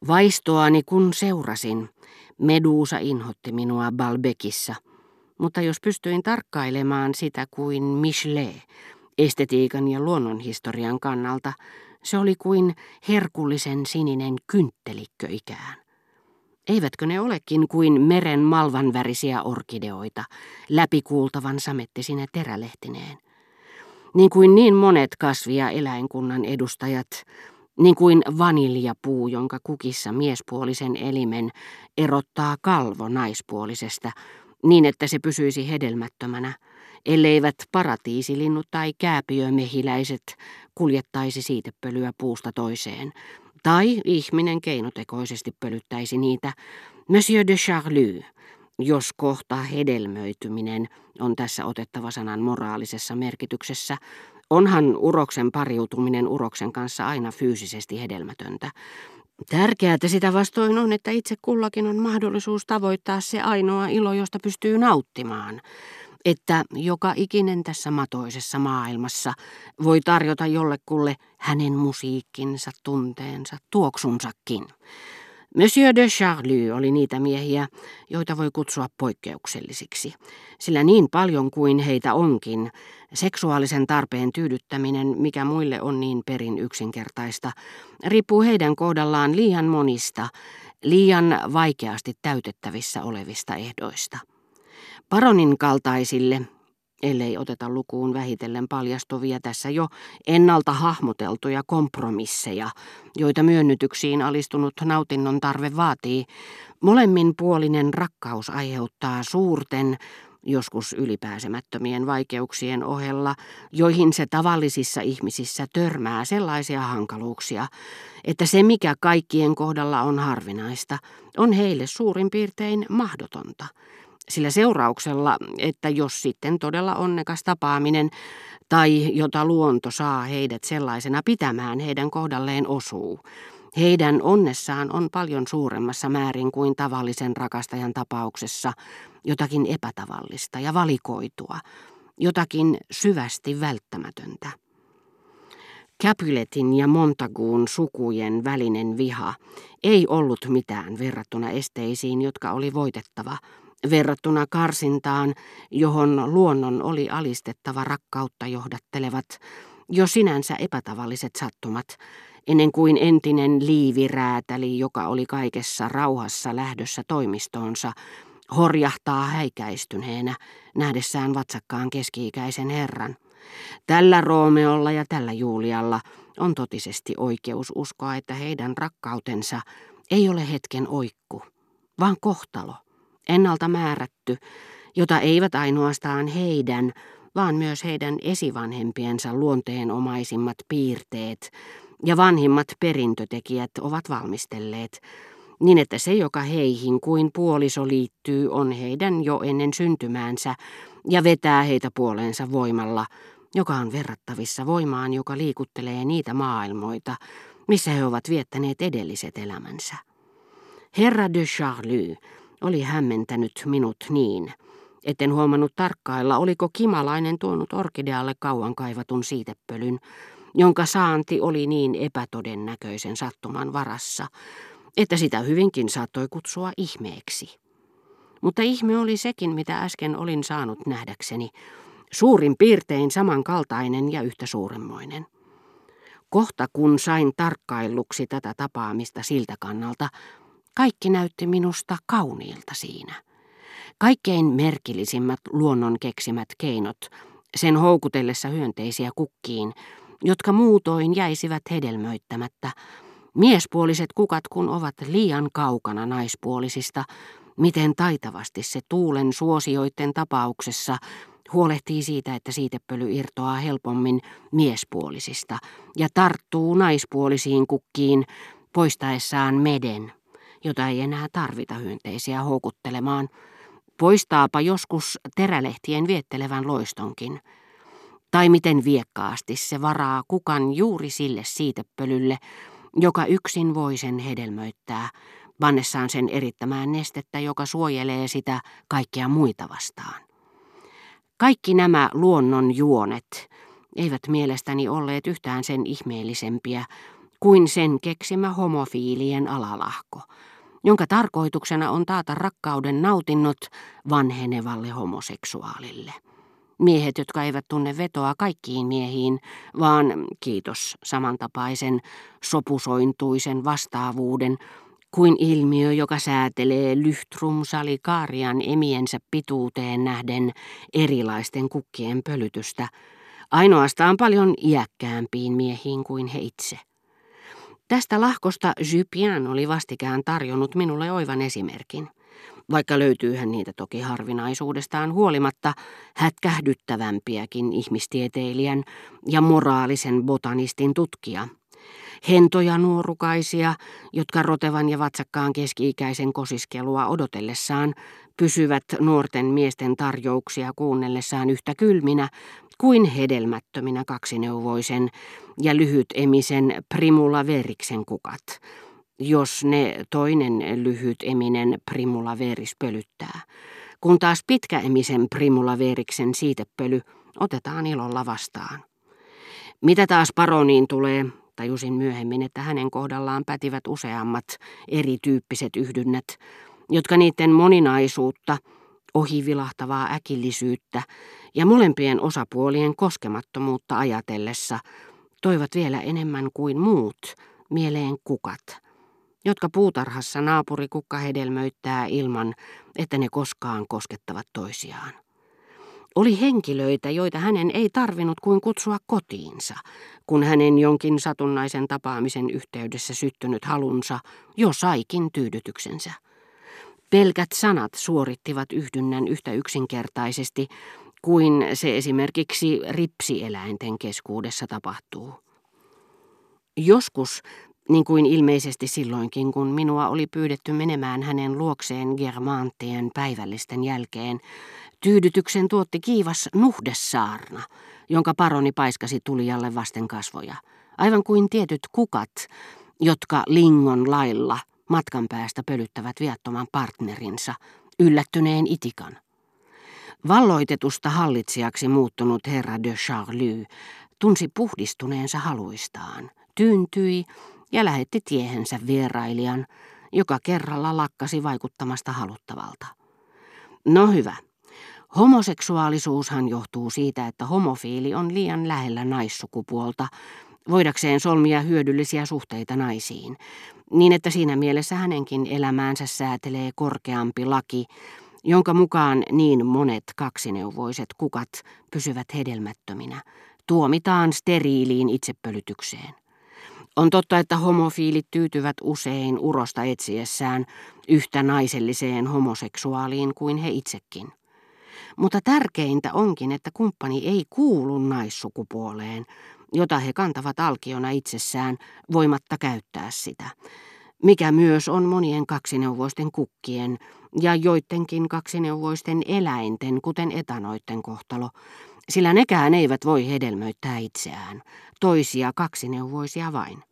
Vaistoani kun seurasin, Medusa inhotti minua Balbekissa, mutta jos pystyin tarkkailemaan sitä kuin Michelet, estetiikan ja luonnonhistorian kannalta, se oli kuin herkullisen sininen kynttelikko ikään. Eivätkö ne olekin kuin meren malvanvärisiä orkideoita, läpikuultavan samettisine terälehtineen? Niin kuin niin monet kasvi- ja eläinkunnan edustajat, niin kuin vaniljapuu, jonka kukissa miespuolisen elimen erottaa kalvo naispuolisesta, niin että se pysyisi hedelmättömänä, elleivät paratiisilinnut tai kääpiömehiläiset kuljettaisi siitepölyä puusta toiseen, tai ihminen keinotekoisesti pölyttäisi niitä. Monsieur de Charlus, jos kohta hedelmöityminen on tässä otettava sanan moraalisessa merkityksessä, onhan uroksen pariutuminen uroksen kanssa aina fyysisesti hedelmätöntä. Tärkeää sitä vastoin on, että itse kullakin on mahdollisuus tavoittaa se ainoa ilo, josta pystyy nauttimaan. Että joka ikinen tässä matoisessa maailmassa voi tarjota jollekulle hänen musiikkinsa, tunteensa, tuoksunsakin. Monsieur de Charlus oli niitä miehiä, joita voi kutsua poikkeuksellisiksi, sillä niin paljon kuin heitä onkin, seksuaalisen tarpeen tyydyttäminen, mikä muille on niin perin yksinkertaista, riippuu heidän kohdallaan liian monista, liian vaikeasti täytettävissä olevista ehdoista. Baronin kaltaisille, ellei oteta lukuun vähitellen paljastuvia tässä jo ennalta hahmoteltuja kompromisseja, joita myönnytyksiin alistunut nautinnon tarve vaatii, molemminpuolinen rakkaus aiheuttaa suurten, joskus ylipääsemättömien vaikeuksien ohella, joihin se tavallisissa ihmisissä törmää sellaisia hankaluuksia, että se mikä kaikkien kohdalla on harvinaista, on heille suurin piirtein mahdotonta. Sillä seurauksella, että jos sitten todella onnekas tapaaminen tai jota luonto saa heidät sellaisena pitämään heidän kohdalleen osuu, heidän onnessaan on paljon suuremmassa määrin kuin tavallisen rakastajan tapauksessa jotakin epätavallista ja valikoitua, jotakin syvästi välttämätöntä. Capuletin ja Montagun sukujen välinen viha ei ollut mitään verrattuna esteisiin, jotka oli voitettava, verrattuna karsintaan, johon luonnon oli alistettava rakkautta johdattelevat, jo sinänsä epätavalliset sattumat, ennen kuin entinen liiviräätäli, joka oli kaikessa rauhassa lähdössä toimistoonsa, horjahtaa häikäistyneenä nähdessään vatsakkaan keski-ikäisen herran. Tällä Roomeolla ja tällä Julialla on totisesti oikeus uskoa, että heidän rakkautensa ei ole hetken oikku, vaan kohtalo, ennalta määrätty, jota eivät ainoastaan heidän, vaan myös heidän esivanhempiensa luonteenomaisimmat piirteet ja vanhimmat perintötekijät ovat valmistelleet, niin että se, joka heihin kuin puoliso liittyy, on heidän jo ennen syntymäänsä ja vetää heitä puoleensa voimalla, joka on verrattavissa voimaan, joka liikuttelee niitä maailmoita, missä he ovat viettäneet edelliset elämänsä. Herra de Charlus oli hämmentänyt minut niin, etten huomannut tarkkailla, oliko kimalainen tuonut orkidealle kauan kaivatun siitepölyn, jonka saanti oli niin epätodennäköisen sattuman varassa, että sitä hyvinkin saattoi kutsua ihmeeksi. Mutta ihme oli sekin, mitä äsken olin saanut nähdäkseni, suurin piirtein samankaltainen ja yhtä suuremmoinen. Kohta kun sain tarkkailluksi tätä tapaamista siltä kannalta, kaikki näytti minusta kauniilta siinä. Kaikkein merkillisimmät luonnon keksimät keinot, sen houkutellessa hyönteisiä kukkiin, jotka muutoin jäisivät hedelmöittämättä, miespuoliset kukat kun ovat liian kaukana naispuolisista, miten taitavasti se tuulen suosioiden tapauksessa huolehtii siitä, että siitepöly irtoaa helpommin miespuolisista ja tarttuu naispuolisiin kukkiin poistaessaan meden, jota ei enää tarvita hyönteisiä houkuttelemaan. Poistaapa joskus terälehtien viettelevän loistonkin. Tai miten viekkaasti se varaa kukan juuri sille siitepölylle, joka yksin voi sen hedelmöittää, pannessaan sen erittämään nestettä, joka suojelee sitä kaikkia muita vastaan. Kaikki nämä luonnon juonet eivät mielestäni olleet yhtään sen ihmeellisempiä kuin sen keksimä homofiilien alalahko, jonka tarkoituksena on taata rakkauden nautinnot vanhenevalle homoseksuaalille. Miehet, jotka eivät tunne vetoa kaikkiin miehiin, vaan, kiitos samantapaisen sopusointuisen vastaavuuden, kuin ilmiö, joka säätelee Lyhtrum salikarian emiensä pituuteen nähden erilaisten kukkien pölytystä, ainoastaan paljon iäkkäämpiin miehiin kuin he itse. Tästä lahkosta Jupien oli vastikään tarjonnut minulle oivan esimerkin, vaikka löytyyhän niitä toki harvinaisuudestaan huolimatta hätkähdyttävämpiäkin ihmistieteilijän ja moraalisen botanistin tutkia. Hentoja nuorukaisia, jotka rotevan ja vatsakkaan keski-ikäisen kosiskelua odotellessaan pysyvät nuorten miesten tarjouksia kuunnellessaan yhtä kylminä kuin hedelmättöminä kaksineuvoisen ja lyhytemisen Primula veriksen kukat, jos ne toinen lyhyteminen Primula veris pölyttää, kun taas pitkäemisen Primula veriksen siitepöly otetaan ilolla vastaan. Mitä taas paroniin tulee, tajusin myöhemmin, että hänen kohdallaan pätivät useammat erityyppiset yhdynnät, jotka niiden moninaisuutta, ohivilahtavaa äkillisyyttä ja molempien osapuolien koskemattomuutta ajatellessa toivat vielä enemmän kuin muut mieleen kukat, jotka puutarhassa naapurikukka hedelmöittää ilman, että ne koskaan koskettavat toisiaan. Oli henkilöitä, joita hänen ei tarvinnut kuin kutsua kotiinsa, kun hänen jonkin satunnaisen tapaamisen yhteydessä syttynyt halunsa jo saikin tyydytyksensä. Pelkät sanat suorittivat yhdynnän yhtä yksinkertaisesti kuin se esimerkiksi ripsieläinten keskuudessa tapahtuu. Joskus, niin kuin ilmeisesti silloinkin, kun minua oli pyydetty menemään hänen luokseen Germanttien päivällisten jälkeen, tyydytyksen tuotti kiivas nuhdessaarna, jonka paroni paiskasi tulijalle vasten kasvoja, aivan kuin tietyt kukat, jotka lingon lailla matkan päästä pölyttävät viattoman partnerinsa, yllättyneen itikan. Valloitetusta hallitsijaksi muuttunut herra de Charlie tunsi puhdistuneensa haluistaan, tyyntyi ja lähetti tiehensä vierailijan, joka kerralla lakkasi vaikuttamasta haluttavalta. No hyvä. Homoseksuaalisuushan johtuu siitä, että homofiili on liian lähellä naissukupuolta, voidakseen solmia hyödyllisiä suhteita naisiin, niin että siinä mielessä hänenkin elämäänsä säätelee korkeampi laki, jonka mukaan niin monet kaksineuvoiset kukat pysyvät hedelmättöminä, tuomitaan steriiliin itsepölytykseen. On totta, että homofiilit tyytyvät usein urosta etsiessään yhtä naiselliseen homoseksuaaliin kuin he itsekin. Mutta tärkeintä onkin, että kumppani ei kuulu naissukupuoleen, jota he kantavat alkiona itsessään voimatta käyttää sitä, mikä myös on monien kaksineuvoisten kukkien ja joidenkin kaksineuvoisten eläinten, kuten etanoiden kohtalo, sillä nekään eivät voi hedelmöittää itseään, toisia kaksineuvoisia vain.